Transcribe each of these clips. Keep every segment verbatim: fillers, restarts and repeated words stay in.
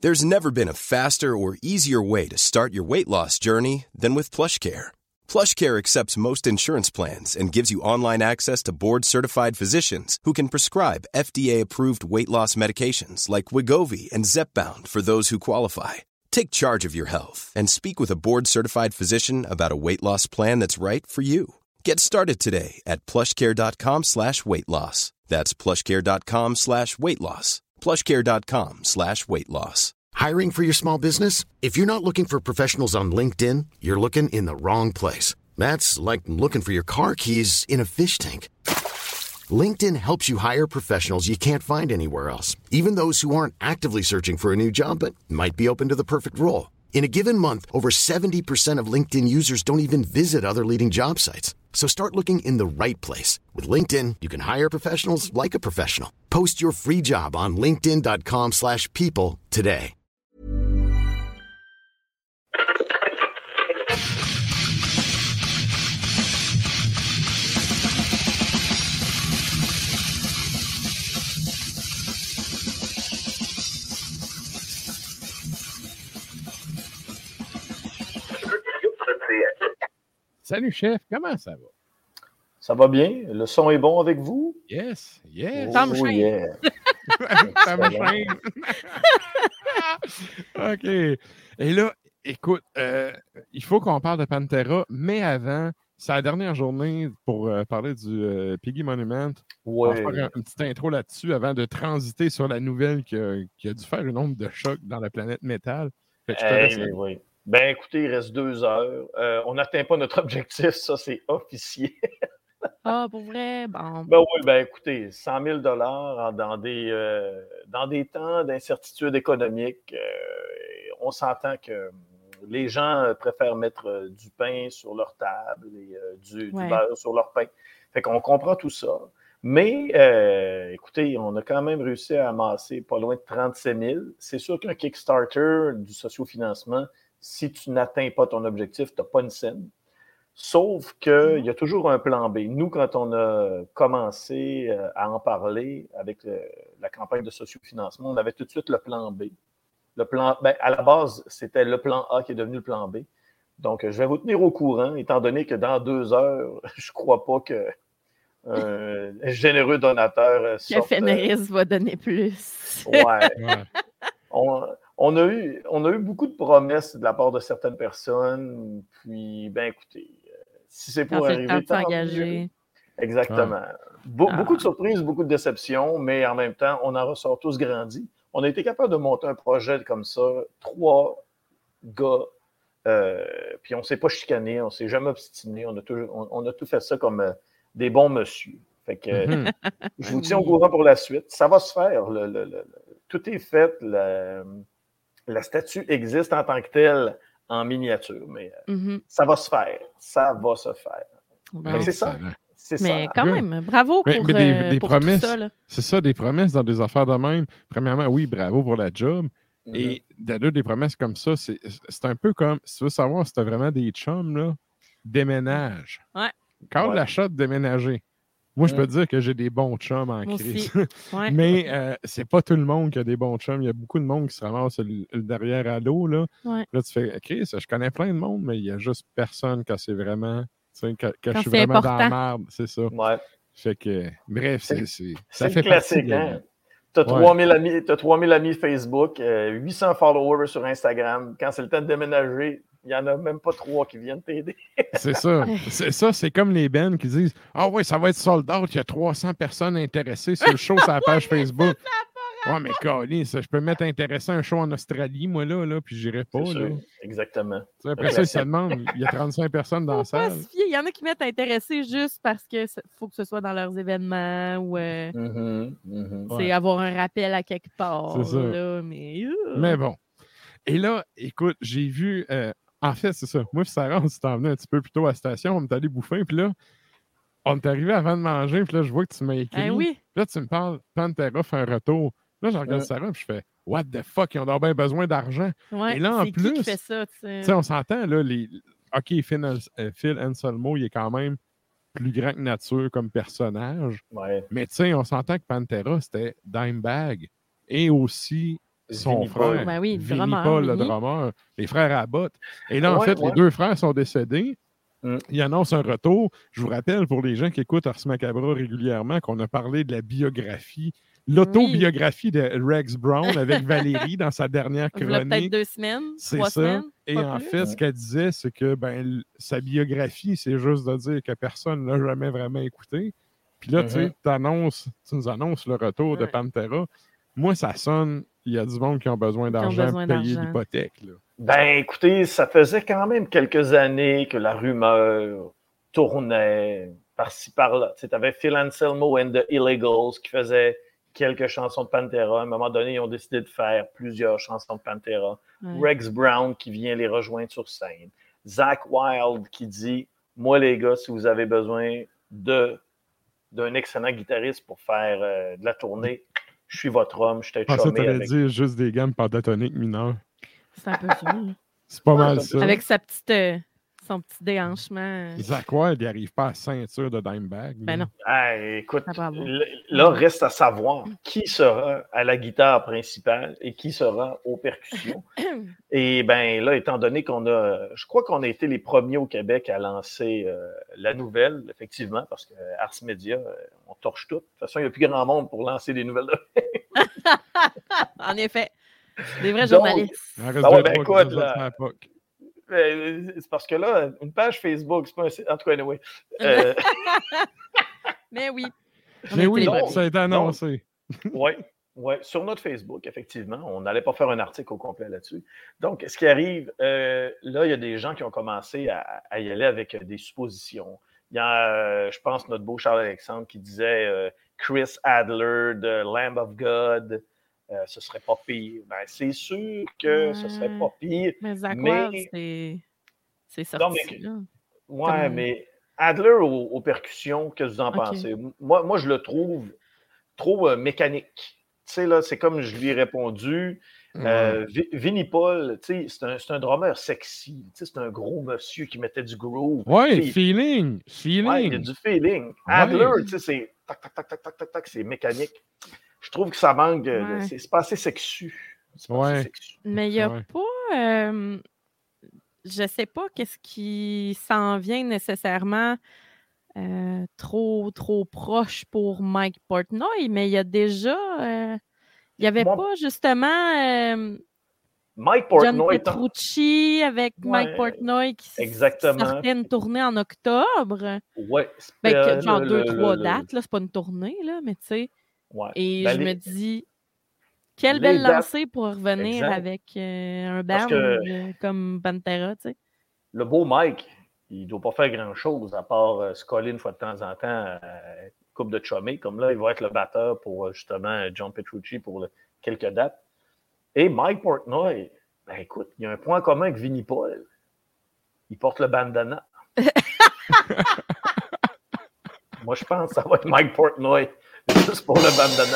There's never been a faster or easier way to start your weight loss journey than with PlushCare. PlushCare accepts most insurance plans and gives you online access to board-certified physicians who can prescribe F D A-approved weight loss medications like Wegovy and Zepbound for those who qualify. Take charge of your health and speak with a board-certified physician about a weight loss plan that's right for you. Get started today at plushcare.com slash weight loss. That's plushcare.com slash weight loss. plushcare.com slash weight loss. Hiring for your small business? If you're not looking for professionals on LinkedIn, you're looking in the wrong place. That's like looking for your car keys in a fish tank. LinkedIn helps you hire professionals you can't find anywhere else, even those who aren't actively searching for a new job but might be open to the perfect role. In a given month, over seventy percent of LinkedIn users don't even visit other leading job sites. So start looking in the right place. With LinkedIn, you can hire professionals like a professional. Post your free job on linkedin.com slash people today. Salut, chef. Comment ça va? Ça va bien? Le son est bon avec vous? Yes, yes. Oh, Ça me chaîne. yeah. Ça me chaîne. OK. Et là, écoute, euh, il faut qu'on parle de Pantera, mais avant, c'est la dernière journée pour euh, parler du euh, Piggy Monument. On va Ouais. faire un- une petite intro là-dessus avant de transiter sur la nouvelle qui a, qui a dû faire un nombre de chocs dans la planète métal. Fait que je te Hey, laisse aller. oui. Ben écoutez, il reste deux heures. Euh, on n'atteint pas notre objectif, ça c'est officiel. Ah, pour vrai? Bon. Ben oui, ben écoutez, cent mille dollars dans des, euh, dans des temps d'incertitude économique, euh, on s'entend que les gens préfèrent mettre euh, du pain sur leur table et euh, du, du Ouais. beurre sur leur pain. Fait qu'on comprend tout ça. Mais, euh, écoutez, on a quand même réussi à amasser pas loin de trente-sept mille. C'est sûr qu'un Kickstarter, du sociofinancement, si tu n'atteins pas ton objectif, tu n'as pas une scène. Sauf qu'il y a toujours un plan B. Nous, quand on a commencé euh, à en parler avec le- la campagne de sociofinancement, on avait tout de suite le plan B. Le plan, ben, à la base, c'était le plan A qui est devenu le plan B. Donc, je vais vous tenir au courant, étant donné que dans deux heures, je ne crois pas que un généreux donateur euh, Que sorte. euh, Fenris va donner plus. ouais. Ouais. On, on a eu, on a eu beaucoup de promesses de la part de certaines personnes. Puis, ben écoutez, euh, si c'est pour Quand c'est le temps arriver, de tant mieux. s'engager. Exactement. Be- Ah. Beaucoup de surprises, beaucoup de déceptions, mais en même temps, on en ressort tous grandis. On a été capable de monter un projet comme ça, trois gars, euh, puis on ne s'est pas chicané, on ne s'est jamais obstiné, on a, toujours, on, on a tout fait ça comme euh, des bons monsieur. Fait que Mhm. je vous tiens au courant pour la suite. Ça va se faire. Le, le- le- tout est fait. La, la statue existe en tant que telle en miniature, mais euh, Mhm. ça va se faire. Ça va se faire. Bon. Fait que c'est ça. Excellent. C'est Mais ça. quand Good. même, bravo Mais, pour, mais des, euh, des pour promesses, tout ça. Là. c'est ça, des promesses dans des affaires de même. Premièrement, oui, bravo pour la job. Mhm. Et de deux, des promesses comme ça, c'est, c'est un peu comme, si tu veux savoir si t'as vraiment des chums, là, déménage. Ouais. Quand Ouais. l'achat de déménager. Moi, je Mm. peux te dire que j'ai des bons chums en Moi crise. aussi. Ouais. Mais euh, c'est pas tout le monde qui a des bons chums. Il y a beaucoup de monde qui se ramasse le, le derrière à l'eau. Là. Ouais. Là, tu fais, Chris, je connais plein de monde, mais il y a juste personne quand c'est vraiment, tu sais, que, que je Quand suis c'est vraiment dans la important. merde. C'est ça. Ouais. Fait que, bref, c'est, c'est, ça C'est fait le partie classique, de la hein? vie. Tu as Ouais. trois mille amis, t'as trois mille amis Facebook, euh, huit cents followers sur Instagram. Quand c'est le temps de déménager, il n'y en a même pas trois qui viennent t'aider. C'est ça. C'est ça, c'est comme les bands qui disent Ah oui, ça va être sold out, il y a trois cents personnes intéressées sur le show sur la page Facebook. Ouais, mais Colin, ça, je peux mettre intéressé à un show en Australie, moi, là, là puis j'irai pas. C'est Là. sûr. Exactement. Tu sais, après ça, ils se demandent il y a trente-cinq personnes dans la Faut pas salle. se fier. Il y en a qui mettent intéressés juste parce qu'il faut que ce soit dans leurs événements ou euh, Mhm, mhm. c'est Ouais. avoir un rappel à quelque part. C'est ça. Là, mais, euh, Mais bon. Et là, écoute, j'ai vu. euh, en fait, c'est ça. Moi, puis Sarah, on s'est emmené un petit peu plus tôt à la station. On est allé bouffer. Puis là, on est arrivé avant de manger. Puis là, je vois que tu m'as écrit. Ben oui. Puis là, tu me parles, Pantera fait un retour. Là, je regarde Mm. Sarah. Puis je fais, what the fuck, ils ont donc bien besoin d'argent. Ouais, Et là, en c'est qui qui plus, fait ça? Tu sais? Tu sais, on s'entend, là. Les... OK, Phil, euh, Phil Anselmo, il est quand même plus grand que nature comme personnage. Ouais. Mais tu sais, on s'entend que Pantera, c'était Dimebag et aussi son Vinnie Paul. frère, Ben oui, le Vinnie drummer, Paul, le Vinnie. drummer, les frères Abbott. Et là, en Ouais, fait, ouais. les deux frères sont décédés. Mm. Il annonce un retour. Je vous rappelle, pour les gens qui écoutent Ars Macabra régulièrement, qu'on a parlé de la biographie, l'autobiographie de Rex Brown avec Valérie dans sa dernière Il y a peut-être chronique. deux semaines, C'est trois ça. semaines. Et pas en plus. fait, ce qu'elle disait, c'est que ben, l- sa biographie, c'est juste de dire que personne ne l'a jamais vraiment écouté. Puis là, tu sais, Mhm. t'annonces- tu nous annonces le retour de Ouais. Pantera. Moi, ça sonne, il y a du monde qui ont besoin Qui ont d'argent besoin pour payer d'argent. l'hypothèque. là. Ben, écoutez, ça faisait quand même quelques années que la rumeur tournait par-ci, par-là. Tu avais Phil Anselmo and the Illegals qui faisaient quelques chansons de Pantera. À un moment donné, ils ont décidé de faire plusieurs chansons de Pantera. Ouais. Rex Brown qui vient les rejoindre sur scène. Zakk Wylde qui dit « Moi, les gars, si vous avez besoin de, d'un excellent guitariste pour faire euh, de la tournée, je suis votre homme, je Je t'ai pensais que chômé t'allais avec... dire juste des gammes pentatoniques mineures. C'est un peu ça. là. C'est pas Ouais, mal c'est un ça. Avec sa petite, euh, son petit déhanchement. Zach Wild, il n'arrive pas à ceinture de Dimebag. Ben non. Ah, écoute, Ça va avoir. l- là, reste à savoir qui sera à la guitare principale et qui sera aux percussions. Et bien là, étant donné qu'on a, je crois qu'on a été les premiers au Québec à lancer euh, la nouvelle, effectivement, parce que Ars Media, euh, on torche tout. De toute façon, il n'y a plus grand monde pour lancer des nouvelles. En effet. Des vrais Donc, journalistes. Il en reste Ah ouais, deux, ben trois qui écoute, disent ça là. sur la P O C. Euh, C'est parce que là, une page Facebook, c'est pas un site. En tout cas, anyway. Euh, Mais oui. On Mais a été oui, les donc, premiers. ça a été annoncé. Oui, ouais, sur notre Facebook, effectivement. On n'allait pas faire un article au complet là-dessus. Donc, ce qui arrive, euh, là, il y a des gens qui ont commencé à, à y aller avec des suppositions. Il y a, euh, je pense, notre beau Charles-Alexandre qui disait euh, Chris Adler de Lamb of God, euh, ce serait pas pire. Ben, c'est sûr que Ouais. ce serait pas pire. Mais Zakk Mais- Wylde, c'est... c'est Non, sorti. mais- là. Ouais, Comme- mais Adler aux, aux percussions, qu'est-ce que vous en Ok. pensez? Moi, moi, je le trouve trop euh, mécanique. Tu sais, là, c'est comme je lui ai répondu. Euh, Vi- Vinnie Paul, tu sais, c'est un, c'est un drummer sexy. Tu sais, c'est un gros monsieur qui mettait du groove. Ouais, Tu sais, feeling. Feeling. ouais, il y a du feeling. Ouais. Adler, tu sais, c'est tac, tac, tac, tac, tac, tac, tac, c'est mécanique. Je trouve que ça manque. de- Ouais. C'est c'est pas assez sexu. C'est pas Ouais. assez sexu. Mais il n'y a Ouais. pas... euh, je sais pas qu'est-ce qui s'en vient nécessairement euh, trop, trop proche pour Mike Portnoy, mais il y a déjà... euh, il n'y avait Moi, pas justement euh, Mike John Portnoy, étant- Petrucci avec Mike Ouais, Portnoy qui s- exactement. sortait une tournée en octobre. ouais, Ben, euh, que- genre le- deux, le- trois le- dates, là, c'est pas une tournée, là, mais tu sais. ouais. Et Ben, je les- me dis, quelle les belle dates- lancée pour revenir Exact. avec euh, un Parce band que- euh, comme Pantera, tu sais. Le beau Mike, il ne doit pas faire grand-chose à part euh, se coller une fois de temps en temps à une coupe de chumé. Comme là, il va être le batteur pour euh, justement John Petrucci pour le- quelques dates. Et Mike Portnoy, ben écoute, il y a un point commun avec Vinnie Paul. Il porte le bandana. Moi, je pense que ça va être Mike Portnoy, juste pour le bandana.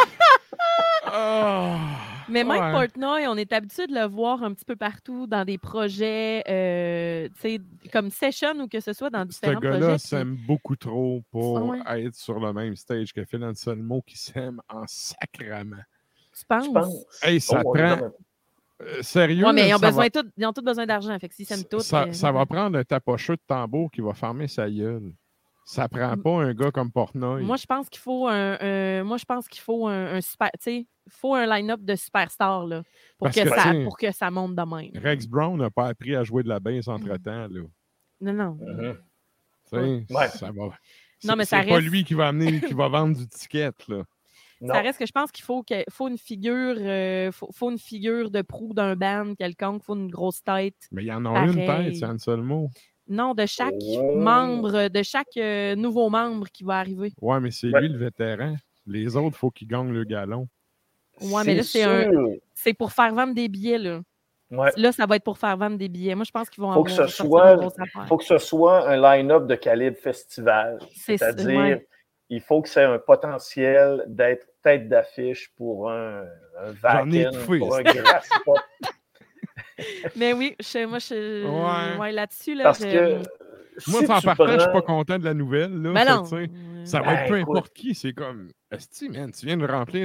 Ah, Mais Mike ouais. Portnoy, on est habitué de le voir un petit peu partout dans des projets, euh, tu sais, comme Session ou que ce soit dans Ce différents gars-là projets. puis- s'aime beaucoup trop pour Ouais. être sur le même stage que Phil Anselmo qui s'aime en sacrament. Tu penses? Je pense. Hey, ça Oh, prend- non, Euh, sérieux? Oui, mais ils ont, ça besoin va- tout- ils ont tous besoin d'argent. Fait que s'ils s'aiment tous. Ça, euh, ça va prendre un tapocheux de tambour qui va fermer sa gueule. Ça prend pas un gars comme Portnoy. Moi, je pense qu'il faut un, un- moi, je pense qu'il faut un, un super, tu sais, il faut un line-up de superstars là, pour Parce que, que, ça, tu sais, pour que ça monte de même. Rex Brown n'a pas appris à jouer de la basse entre-temps. Là. Non, non. Mhm. Tu sais, Ouais. ça va. Non, C'est- mais ça c'est pas reste- lui qui va amener, qui va vendre du ticket. Là. Non. Ça reste que je pense qu'il faut, que, faut une figure, euh, faut, faut une figure de proue d'un band quelconque, faut une grosse tête. Mais il y en a une Pareil. tête, c'est Anselmo. Non, de chaque Oh. membre, de chaque euh, nouveau membre qui va arriver. Ouais, mais c'est Ouais. lui le vétéran. Les autres, il faut qu'ils gagnent le galon. Ouais, mais là, c'est un- sûr. C'est pour faire vendre des billets, là. Ouais. Là, ça va être pour faire vendre des billets. Moi, je pense qu'ils vont Faut que avoir ce sortir soit- une grosse affaire. Il faut que ce soit un line-up de calibre festival. C'est- C'est-à-dire, ouais. il faut que ça ait un potentiel d'être tête d'affiche pour un, un J'en ai Wacken, étouffé, pour un Grass Pop. Mais oui, je, moi, je, Ouais. ouais, là-dessus, là, Parce je- que Moi, si en tu partant, je suis prends- pas content de la nouvelle. Là, Ben Fait non. que, tu sais, Euh, ça va Ben, être peu écoute. importe qui. C'est comme, esti, man, tu viens de remplir des.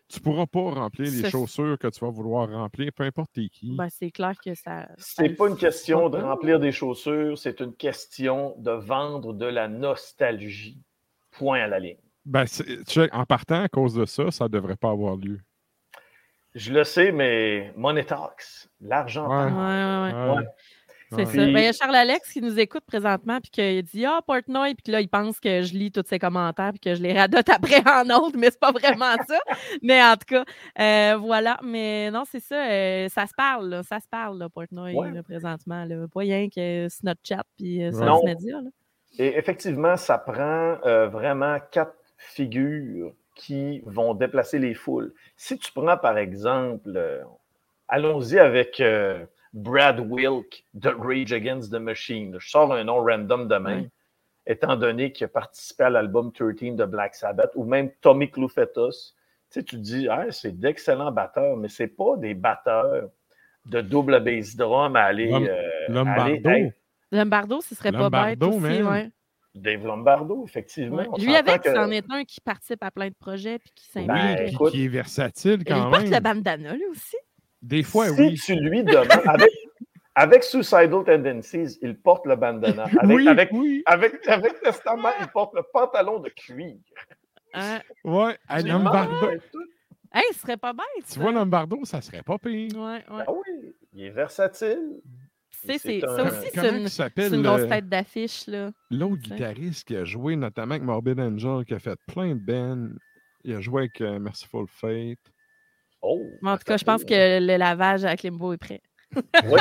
tu pourras pas remplir les Ça, chaussures que tu vas vouloir remplir, peu importe t'es qui. Ben, c'est clair que ça. ça C'est le pas une question fera de pas. remplir des chaussures, c'est une question de vendre de la nostalgie. Point à la ligne. Ben, c'est- tu sais, en partant à cause de ça, ça devrait pas avoir lieu. Je le sais, mais money talks, l'argent Ouais. Ouais, parle. ouais, ouais. Ouais. C'est Ouais. ça. Puis- Ben, il y a Charles-Alex qui nous écoute présentement, puis qu'il dit Ah, Portnoy, puis que là, il pense que je lis tous ses commentaires, puis que je les radote après en autres, mais c'est pas vraiment ça. Mais en tout cas, euh, voilà. Mais non, c'est ça. euh, ça se parle, là, ça se parle, là, Portnoy, Ouais. là, présentement. Là. Pas rien que Snapchat, puis euh, Ouais. Non. Social Media. Là. Et effectivement, ça prend euh, vraiment quatre figures qui vont déplacer les foules. Si tu prends, par exemple, euh, allons-y avec euh, Brad Wilk de Rage Against the Machine. Je sors un nom random demain, Ouais. étant donné qu'il a participé à l'album treize de Black Sabbath, ou même Tommy Clufetos. Tu sais, tu te dis, ah, c'est d'excellents batteurs, mais c'est pas des batteurs de double bass drum à aller... Lom- euh, Lombardo. aller- Lombardo, ce serait pas bête Lombardo, aussi, man. ouais. Dave Lombardo, effectivement. Ouais. On Lui, s'entend avec, que- c'en est un qui participe à plein de projets, puis qui s'implique. Ben, Oui, écoute, qui est versatile il quand porte même. le bandana, lui aussi. Des fois, si oui. tu lui demandes, avec, avec Suicidal Tendencies, il porte le bandana. Avec, oui, avec, oui. avec, avec Testament, il porte le pantalon de cuir. Hein? Ouais, à Tu Lombardo. demandes tout. Hey, ce serait pas bête. Tu ça. vois, Lombardo, ça serait pas pire. Ouais, ouais. Ah oui, il est versatile. Tu sais, c'est c'est- un- ça aussi, Comment c'est une, il s'appelle, c'est une grosse euh, tête d'affiche, là. L'autre Tu sais. guitariste qui a joué notamment avec Morbid Angel, qui a fait plein de bands. Il a joué avec euh, Merciful Fate. Oh, Mais en tout cas, je pense que le lavage à Klimbo est prêt. Oui.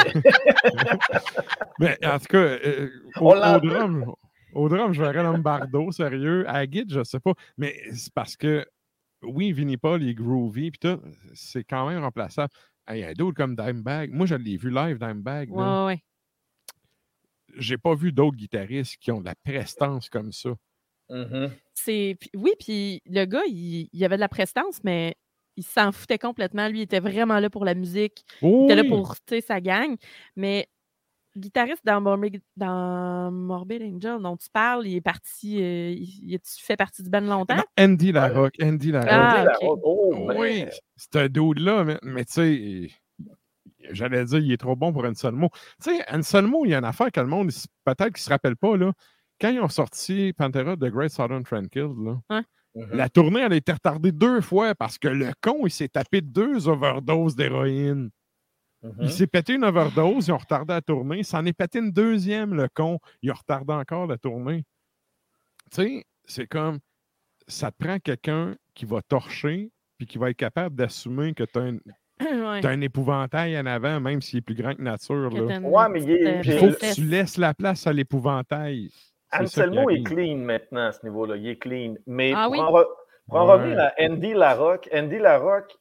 Mais en tout cas, euh, On au, l'a- au drum, au drum, je verrais Lombardo, sérieux. À la guide, je sais pas. Mais c'est parce que, oui, Vinnie Paul, il est groovy, puis tout, c'est quand même remplaçable. Il y a d'autres comme Dimebag. Moi, je l'ai vu live, Dimebag. Ouais, là. ouais, ouais. J'ai pas vu d'autres guitaristes qui ont de la prestance comme ça. Mhm. C'est... puis- Oui, puis le gars, il... il avait de la prestance, mais il s'en foutait complètement. Lui, il était vraiment là pour la musique. Oh, Il était là oui. pour, tu sais, sa gang. Mais guitariste dans Morbid, dans Morbid Angel dont tu parles, il est parti... euh, il... il- Tu fais partie du band longtemps? Non, Andy Larocque. Andy Larocque. Ah, Andy ok. Larocque, oh, ben, Oui, c'est un dude-là, mais, mais tu sais, j'allais dire, il est trop bon pour Anselmo. Tu sais, Anselmo, il y a une affaire que le monde, peut-être qu'il ne se rappelle pas, là. Quand ils ont sorti Pantera de Great Southern Tranquil, là, mhm. la tournée, elle a été retardée deux fois parce que le con, il s'est tapé deux overdoses d'héroïne. Mhm. Il s'est pété une overdose, ils ont retardé la tournée. Il s'en est pété une deuxième, le con. Il a retardé encore la tournée. Tu sais, c'est comme, ça te prend quelqu'un qui va torcher puis qui va être capable d'assumer que tu as un, Ouais. t'as un épouvantail en avant, même s'il est plus grand que nature. Que Là. t'as une Ouais, mais il est- petite, Puis il euh, faut que princesse. tu laisses la place à l'épouvantail. C'est ça qui Anselmo est arrive. clean maintenant à ce niveau-là. Il est clean. Mais Ah pour, oui? en, re- pour en Ouais. revenir à Andy Larocque, Andy Larocque,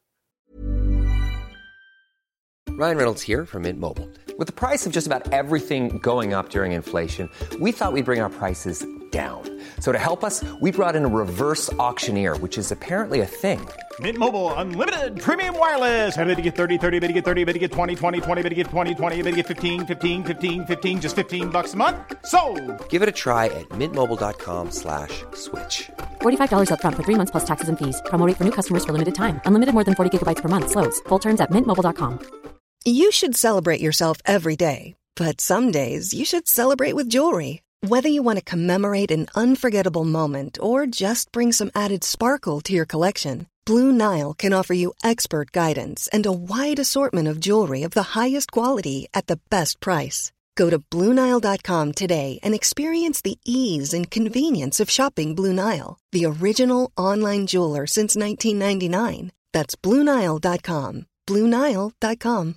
Ryan Reynolds here from Mint Mobile. With the price of just about everything going up during inflation, we thought we'd bring our prices down. So to help us, we brought in a reverse auctioneer, which is apparently a thing. Mint Mobile Unlimited Premium Wireless. How to get thirty, thirty, how to get thirty, how to get twenty, twenty, twenty, how to get twenty, twenty, how to get fifteen, fifteen, fifteen, fifteen, just fifteen bucks a month? Sold! Give it a try at mintmobile.com slash switch. forty-five dollars up front for three months plus taxes and fees. Promo rate for new customers for limited time. Unlimited more than forty gigabytes per month. Slows full terms at mint mobile dot com. You should celebrate yourself every day, but some days you should celebrate with jewelry. Whether you want to commemorate an unforgettable moment or just bring some added sparkle to your collection, Blue Nile can offer you expert guidance and a wide assortment of jewelry of the highest quality at the best price. Go to blue nile dot com today and experience the ease and convenience of shopping Blue Nile, the original online jeweler since nineteen ninety-nine. That's blue nile dot com. blue nile dot com.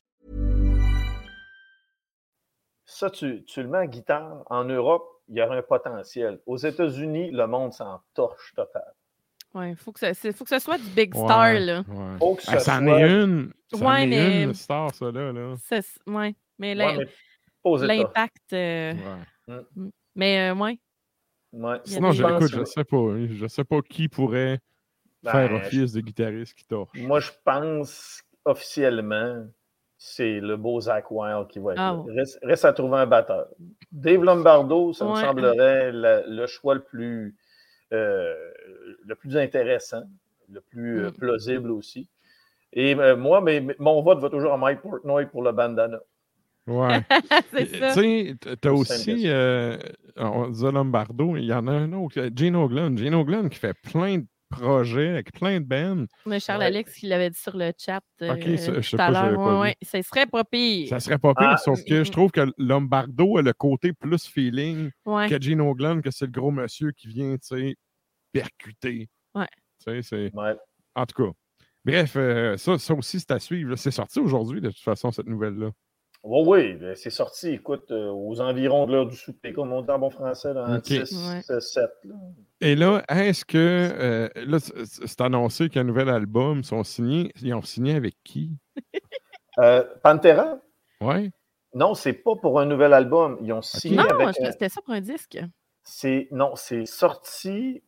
ça, tu, tu le mets en guitare. En Europe, il y aurait un potentiel. Aux États-Unis, le monde s'en torche total. Ouais, faut que ça, c'est- faut que ce soit du big Ouais, star, là. ouais. Faut que Ah, ce ça en soit- est une. Ça en Ouais, est mais- une star, ça, là. là. Ça, c'est- ouais. Mais Ouais, l'im- mais pas aux États. l'impact. euh, Ouais. Mais, euh, ouais. Ouais. Il y a Sinon, des- je, pense écoute, que- je sais pas. Je sais pas qui pourrait Ben, faire office de guitariste qui torche. Moi, je pense officiellement, c'est le beau Zach Wilde qui va être Ah là. ouais. Reste, reste à trouver un batteur. Dave Lombardo, ça me Ouais. semblerait la- le choix le plus, euh, le plus intéressant. le plus euh, Mm. plausible aussi. Et euh, moi, mais, mais mon vote va toujours à Mike Portnoy pour le bandana. Ouais. C'est Tu ça. sais, t'as Aussi simple que aussi, ça. euh, on disait Lombardo, il y en a un autre, Gino Glenn. Gino Glenn qui fait plein de projets avec plein de bands. Mais Charles Ouais. Alex qui l'avait dit sur le chat euh, Ok, ça, je sais tout à pas, je l'heure. l'avais pas Ouais, vu. ouais. Ça serait pas pire. Ça serait pas pire, Ah, sauf que je trouve que Lombardo a le côté plus feeling Ouais. que Gino Glenn, que c'est le gros monsieur qui vient, tu sais, percuter. Ouais. Tu sais, c'est... Ouais. En tout cas. Bref, euh, ça, ça aussi, c'est à suivre. là. C'est sorti aujourd'hui, de toute façon, cette nouvelle-là. Oui, oui, ben, c'est sorti, écoute, euh, aux environs de l'heure du souper, comme on dit en bon français, là, en Ok. six, Ouais. sept. Et là, est-ce que... euh, là, c'est c'est annoncé qu'un nouvel album sont signés. Ils ont signé avec qui? Euh, Pantera? Ouais. Non, c'est pas pour un nouvel album. Ils ont signé Non, avec... je- un- c'était ça pour un disque. c'est... Non, c'est sorti...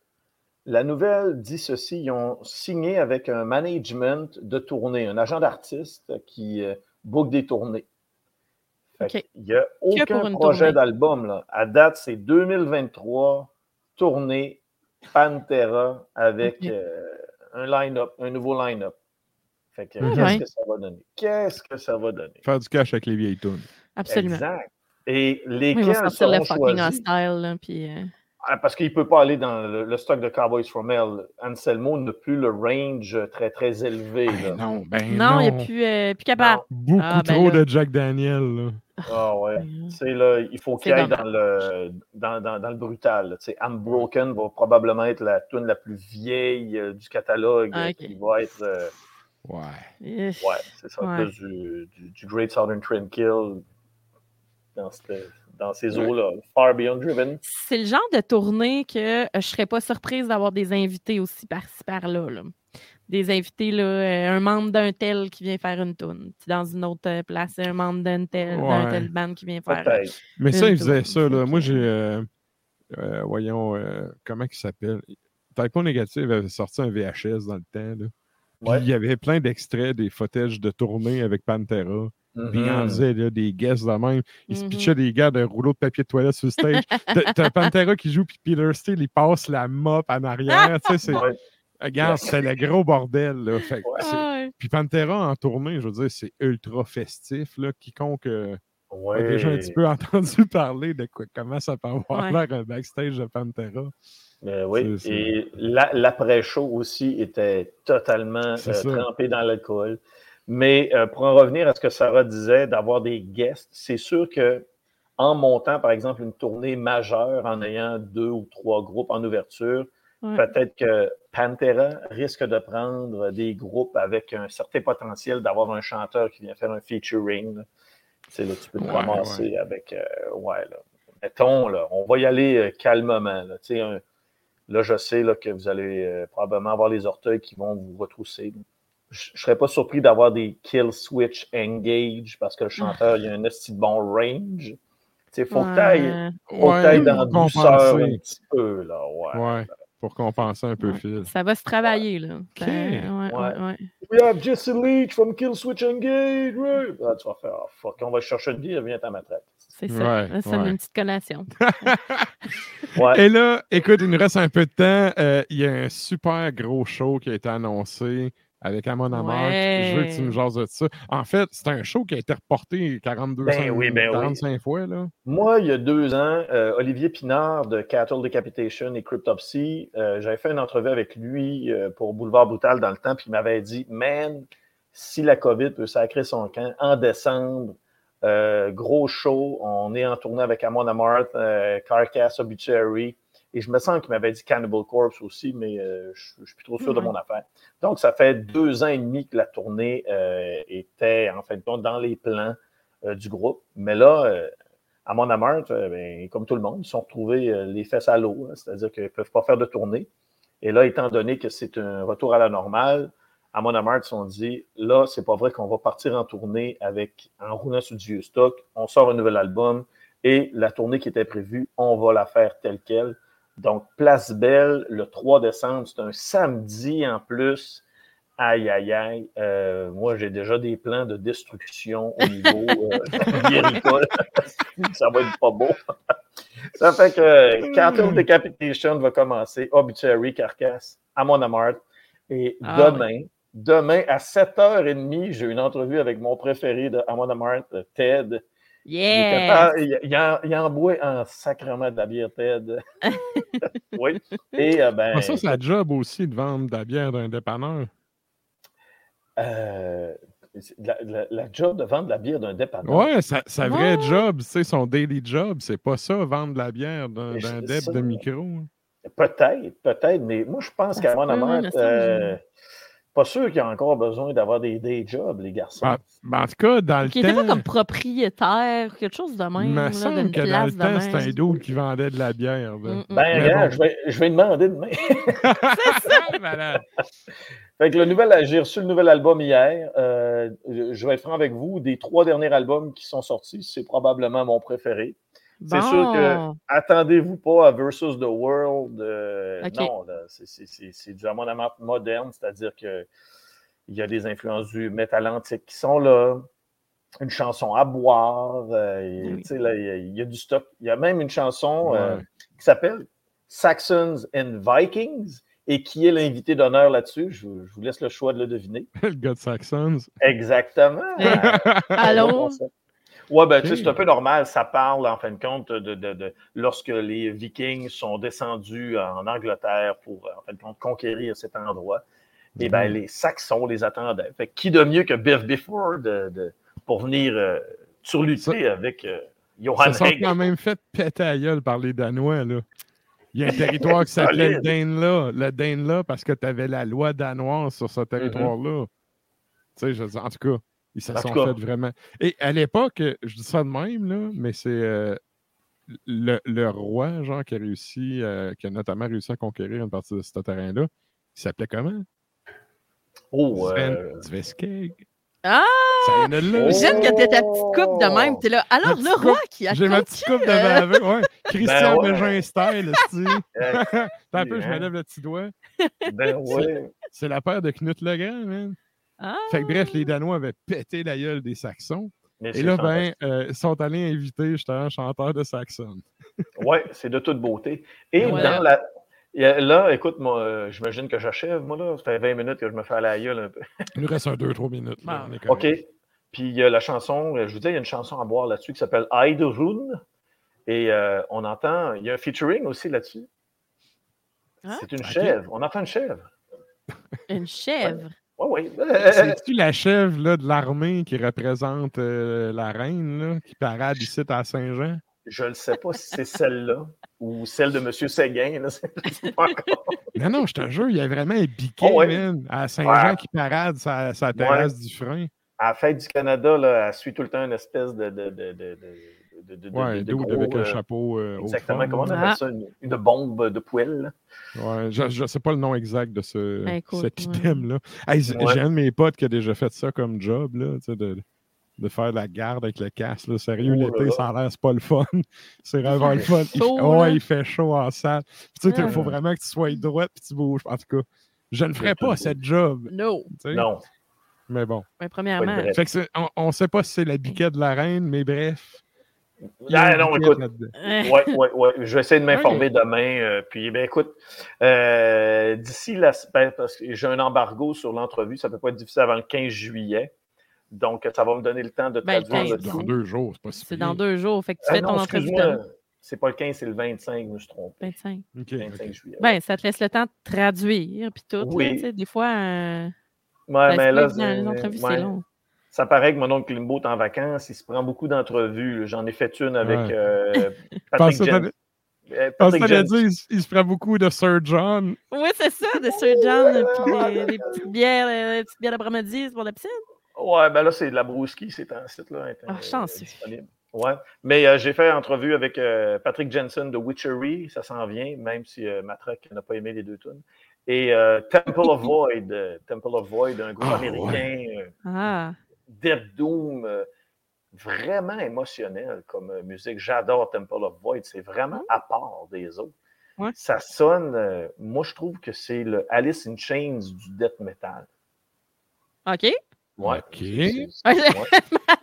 La nouvelle dit ceci, ils ont signé avec un management de tournée, un agent d'artiste qui euh, book des tournées. Fait OK. Il n'y a Que aucun pour une projet tournée. d'album. Là. À date, c'est deux mille vingt-trois, tournée Pantera avec OK. euh, un line-up, un nouveau line-up. Fait que Ah qu'est-ce ouais. que ça va donner? Qu'est-ce que ça va donner? Faire du cash avec les vieilles tunes. Absolument. Exact. Et Ils vont lesquels sortir le seront fucking choisis? hostile. Là, puis, euh, Ah, parce qu'il ne peut pas aller dans le, le stock de Cowboys from Hell. Anselmo n'a plus le range très, très élevé. Ben là. non, ben non, non. il n'est plus, euh, plus capable. Beaucoup Ah, ben trop là. de Jack Daniel, là. Ah ouais. Ben, Tu sais, là, il faut qu'il c'est aille dans dommage. le, dans, dans, dans le brutal. là. Tu sais, I'm Broken va probablement être la tune la plus vieille euh, du catalogue Ah, euh, ok. qui va être. euh, Ouais. Ish. ouais, c'est ça. Ouais. Plus du, du, du Great Southern Train Kill dans, cette- dans ces eaux-là. Far Beyond Driven. C'est le genre de tournée que euh, je ne serais pas surprise d'avoir des invités aussi par-ci par-là. Là. Des invités, là, euh, un membre d'un tel qui vient faire une toune. Puis dans une autre euh, place, un membre d'un tel, d'un Ouais. tel band qui vient faire. euh, Peut-être. Mais ça, Une il faisait toune. ça, là. Fait Moi, que- j'ai... euh, euh, voyons, euh, comment il s'appelle? Typo Négative avait sorti un V H S dans le temps, là. Puis Ouais. il y avait plein d'extraits des footages de tournée avec Pantera. Puis il en Mhm. faisait là, des guests de même. Il se Mhm. pitchait des gars d'un rouleau de papier de toilette sur le stage. T'as- T'as Pantera qui joue, puis Peter Steele, il passe la mop en arrière. Tu sais, c'est... Ouais. Regarde, Yes. c'est le gros bordel, là. Fait que Ouais. c'est- Ah, ouais. Puis Pantera en tournée, je veux dire, c'est ultra festif, là. Quiconque euh, a Ouais. déjà un petit peu entendu parler de quoi, comment ça peut avoir Ouais. l'air un backstage de Pantera. Euh, oui, C'est- c'est- et la- l'après-show aussi était totalement C'est euh, ça. trempé dans l'alcool. Mais euh, pour en revenir à ce que Sarah disait, d'avoir des guests, c'est sûr que en montant, par exemple, une tournée majeure, en ayant deux ou trois groupes en ouverture, Ouais. peut-être que Pantera risque de prendre des groupes avec un certain potentiel d'avoir un chanteur qui vient faire un featuring. là. Tu sais, là, tu peux te Ouais, ramasser avec... euh, ouais, là. Mettons, là, on va y aller euh, calmement. Là, Tu sais, un- là, je sais là, que vous allez euh, probablement avoir les orteils qui vont vous retrousser. Je ne serais pas surpris d'avoir des kill switch engage parce que le chanteur, il a un esti de bon range. Il faut que tu ailles Ouais. dans la pour douceur un compenser. petit peu. Là, ouais. Ouais, pour compenser un peu Ouais. Phil. Ça va se travailler, là. Ça- Ok. ouais, ouais, Ouais. ouais. We have Jesse Leach from Kill Switch Engage. Right? Là, tu vas faire, oh, fuck, on va chercher une bière, viens à ma traite. C'est ça. Ouais, Là, ça donne ouais. une petite collation. Ouais. Et là, écoute, il nous reste un peu de temps. Euh, Il y a un super gros show qui a été annoncé avec Amon Amarth. Ouais. Je veux que tu nous jases de ça. En fait, c'est un show qui a été reporté quarante-deux Ben oui, ben oui. quarante-cinq fois. Là. Moi, il y a deux ans, euh, Olivier Pinard de Cattle Decapitation et Cryptopsy, euh, j'avais fait une entrevue avec lui euh, pour Boulevard Brutal dans le temps, puis il m'avait dit, man, si la COVID peut sacrer son camp, en décembre, euh, gros show, on est en tournée avec Amon Amarth, euh, Carcass, Obituary, et je me sens qu'il m'avait dit Cannibal Corpse aussi, mais euh, je ne suis plus trop sûr de mon affaire. Donc, ça fait deux ans et demi que la tournée euh, était, en fin de compte, dans les plans euh, du groupe. Mais là, euh, Amon Amarth, euh, ben, comme tout le monde, ils se sont retrouvés euh, les fesses à l'eau, hein, c'est-à-dire qu'ils ne peuvent pas faire de tournée. Et là, étant donné que c'est un retour à la normale, Amon Amarth se sont dit, là, c'est pas vrai qu'on va partir en tournée avec, en roulant sur du vieux stock, on sort un nouvel album et la tournée qui était prévue, on va la faire telle qu'elle. Donc, Place Belle, le trois décembre, c'est un samedi en plus. Aïe, aïe, aïe. Euh, moi, j'ai déjà des plans de destruction au niveau euh, agricole. Ça va être pas beau. Ça fait que Cattle Decapitation va commencer, Obituary, Carcass, Amon Amarth. Et Ah, demain, oui. demain, à sept heures trente, j'ai une entrevue avec mon préféré de Amon Amarth, Ted. Yes! Il, il, il, en, il en boit en sacrement de la bière, Ted. Oui. Et euh, ben. Ah, ça, c'est la job aussi de vendre de la bière d'un dépanneur. Euh, la, la, la job de vendre de la bière d'un dépanneur. Ouais, sa, sa vraie ouais. job, tu sais, son daily job, c'est pas ça, vendre de la bière d'un, d'un dep de micro. Peut-être, peut-être, mais moi, je pense qu'à mon amarth, euh, pas sûr qu'il y a encore besoin d'avoir des day jobs, les garçons. Ben, ben en tout cas, dans le Qui temps... était pas comme propriétaire, quelque chose de même. Il me là, semble que dans le temps, c'était un dude qui vendait de la bière. Mm-mm. Ben, regarde, bon. je, vais, je vais demander demain. C'est ça! Voilà. Fait que le nouvel, j'ai reçu le nouvel album hier. Euh, je vais être franc avec vous. Des trois derniers albums qui sont sortis, c'est probablement mon préféré. Bon. C'est sûr que attendez-vous pas à Versus the World. Euh, okay. Non, là, c'est, c'est, c'est, c'est du Amon Amarth moderne, c'est-à-dire qu'il y a des influences du métal antique qui sont là. Une chanson à boire. Euh, et, oui. là, il, y a, il y a du stock. Il y a même une chanson ouais. euh, qui s'appelle Saxons and Vikings. Et qui est l'invité d'honneur là-dessus? Je, je vous laisse le choix de le deviner. Le gars de Saxons. Exactement. Allô? Oui, ben, okay. tu sais, c'est un peu normal. Ça parle, en fin de compte, de, de, de, de lorsque les Vikings sont descendus en Angleterre pour, en fin de compte, conquérir cet endroit. Et mm-hmm. ben, les Saxons les attendaient. Fait qui de mieux que Biff Bifford de, de, pour venir euh, surlutter ça, avec euh, Johan Ça s'est quand même fait péter à gueule par les Danois, là. Il y a un territoire qui s'appelait le Danelah, le Danelah, parce que tu avais la loi danoise sur ce territoire-là. Mm-hmm. Tu sais, en tout cas, ils se en sont fait vraiment. Et à l'époque, je dis ça de même, là, mais c'est euh, le, le roi, genre, qui a réussi, euh, qui a notamment réussi à conquérir une partie de ce terrain-là. Il s'appelait comment? Oh, Sven euh... Zveskeg. Ah! Ça là. J'aime que t'aies ta petite coupe de même. T'es là. Alors, le roi coupe, qui a J'ai ma petite coupe de baveux, ouais. Christian ben ouais. Bégin style, tu T'as un peu, je me lève le petit doigt. Ben ouais. C'est la paire de Knut Legrand, man. Ah. Fait que bref, les Danois avaient pété la gueule des Saxons. Mais et là, ben, euh, ils sont allés inviter, j'étais un chanteur de Saxon. Ouais, c'est de toute beauté. Et voilà. dans la... Là, écoute, moi, euh, j'imagine que j'achève, moi, là. Ça fait vingt minutes que je me fais à la gueule un peu. Il nous reste un deux trois minutes. Là, ah. OK. Puis il y a la chanson, je vous dis, il y a une chanson à boire là-dessus qui s'appelle Eidrun. Et euh, on entend, il y a un featuring aussi là-dessus. Hein? C'est une okay. chèvre. On entend une chèvre. Une chèvre? Oui, oui. C'est-tu la chèvre là, de l'armée qui représente euh, la reine, là, qui parade ici à Saint-Jean? Je ne sais pas si c'est celle-là ou celle de M. Séguin. Là, c'est pas encore. Non, non, je te jure, il y a vraiment un biquet, oh, ouais. man, à Saint-Jean ouais. qui parade sa, sa terrasse ouais. du frein. À la fête du Canada, là, elle suit tout le temps une espèce de... de, de, de, de, de, ouais, de, de gros, avec euh, un chapeau euh, exactement, au comment on appelle ah. ça? Une, une bombe de poêle. Ouais, je ne sais pas le nom exact de ce, ben, cool, cet ouais. item-là. Hey, ouais. J'ai un de mes potes qui a déjà fait ça comme job, là, de, de faire la garde avec le casque. Là. Sérieux, oh, l'été, là. Ça a l'air, c'est pas le fun. C'est vraiment le fun. Il, oh, il fait chaud en salle. Tu sais, il faut vraiment que tu sois droit et tu bouges. En tout cas, je ne ferais pas cette job. No. Non. Mais bon. Ben, premièrement. Fait que on ne sait pas si c'est la biquette de la reine, mais bref. Ah, non, écoute. Oui, oui, oui. Je vais essayer de m'informer oui. demain. Euh, puis, ben, écoute, euh, d'ici la ben, parce que j'ai un embargo sur l'entrevue, ça ne peut pas être difficile avant le quinze juillet. Donc, ça va me donner le temps de ben, traduire. C'est dans deux jours, c'est pas si C'est dans deux jours. Fait que tu euh, fais non, ton entrevue. C'est pas le quinze, c'est le vingt-cinq, je me suis trompé. vingt-cinq. Okay, vingt-cinq okay. juillet. Ben, ça te laisse le temps de traduire, puis tout. Oui. Là, des fois, euh, ouais, mais là, les entrevues, ouais. c'est long. Ça paraît que mon oncle Limbo est en vacances, il se prend beaucoup d'entrevues. J'en ai fait une avec ouais. euh, Patrick Jensen. Euh, Patrick Jensen. Il, il se prend beaucoup de Sir John. Oui, c'est ça, de Sir John, puis les, les petites bières, les petites bières d'après-midi pour la piscine. Ouais, ben là, c'est de la brouski, c'est un site là. Ah, oh, chanceux. Disponible. Ouais, mais euh, j'ai fait entrevue avec euh, Patrick Jensen de Witchery, ça s'en vient, même si euh, Matraque n'a pas aimé les deux tunes. Et euh, Temple of Void, euh, Temple of Void, un groupe ah, américain. Ouais. Euh, ah. Death Doom, euh, vraiment émotionnel comme euh, musique. J'adore Temple of Void, c'est vraiment à part des autres. Ouais. Ça sonne, euh, moi je trouve que c'est le Alice in Chains du death metal. OK. Ouais. OK. C'est, c'est, ouais. Très, moi,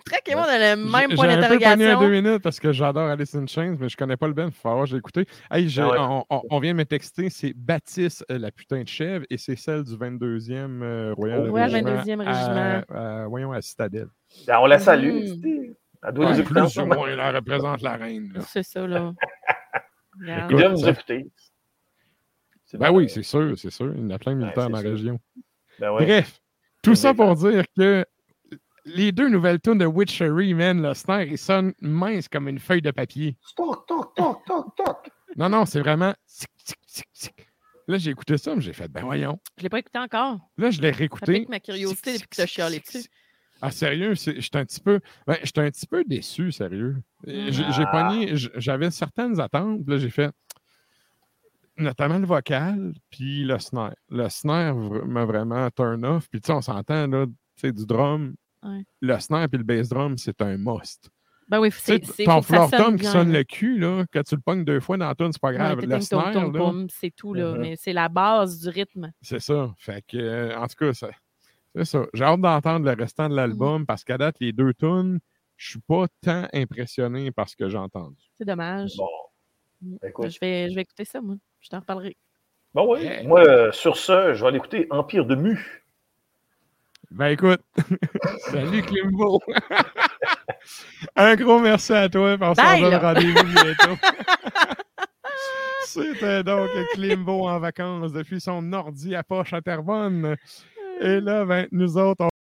monde a le même J'ai point un peu pogné à d'interrogation. deux minutes parce que j'adore Alice in Chains, mais je connais pas le band. Il faut voir, j'ai écouté. Hey, j'ai- Ah ouais. on, on- on vient de me texter, c'est Baptiste, euh, la putain de chèvre, et c'est celle du vingt-deuxième euh, Royal Ouais, Régiment. vingt-deuxième à- Régiment. à- voyons, à Citadelle. Ben, on la salue. Mhm. tu sais. Elle doit Ouais, nous écouter en plus ce ou moment. moins, elle représente la reine. là. C'est ça, là. Regarde. Ils doivent Écoute, nous ça- écouter. C'est Ben bon. oui, c'est sûr, c'est sûr. Il y en a plein de Ouais, militaires c'est dans la sûr. région. Ben ouais. Bref, tout C'est ça vrai. pour dire que les deux nouvelles tunes de Witchery, man, le snare, il sonne mince comme une feuille de papier. Toc, toc, toc, toc, toc. Non, non, c'est vraiment... tic, tic, tic, tic. Là, j'ai écouté ça, mais j'ai fait, ben voyons. Je l'ai pas écouté encore. Là, je l'ai Ça réécouté. pique ma curiosité depuis que tu as chialé dessus. Ah, sérieux, c'est- j'étais un petit peu... Ben, j'étais un petit peu déçu, sérieux. J'ai j'ai Ah. pogné... j- J'avais certaines attentes. Là, j'ai fait... Notamment le vocal, puis le snare. Le snare vr- m'a vraiment turn off. Puis tu sais, on s'entend, là, tu sais, du drum. Ouais. Le snare puis le bass drum, c'est un must. Ben oui, Tu sais, c'est c'est- ton faut que ça floor sonne tom qui bien, sonne là. le cul, là, quand tu le pognes deux fois dans la tune, c'est pas grave. Ouais, le ting, snare, tom, tom, là, tom, c'est tout, là. Mhm. Mais c'est la base du rythme. c'est ça. Fait que, euh, en tout cas, ça- c'est ça. J'ai hâte d'entendre le restant de l'album parce qu'à date, les deux tunes, je suis pas tant impressionné par ce que j'ai entendu. C'est dommage. Bon. Mm. Écoute. Je vais, je vais écouter ça, moi. Je t'en reparlerai. Bon, oui. Yeah. Moi, euh, sur ce, je vais aller écouter Empire de Mu. Ben écoute, salut Klimbo. Un gros merci à toi. puis On s'en Bye, donne là. rendez-vous bientôt. C'était donc Klimbo en vacances depuis son ordi à poche à Terrebonne. Et là, ben, nous autres, on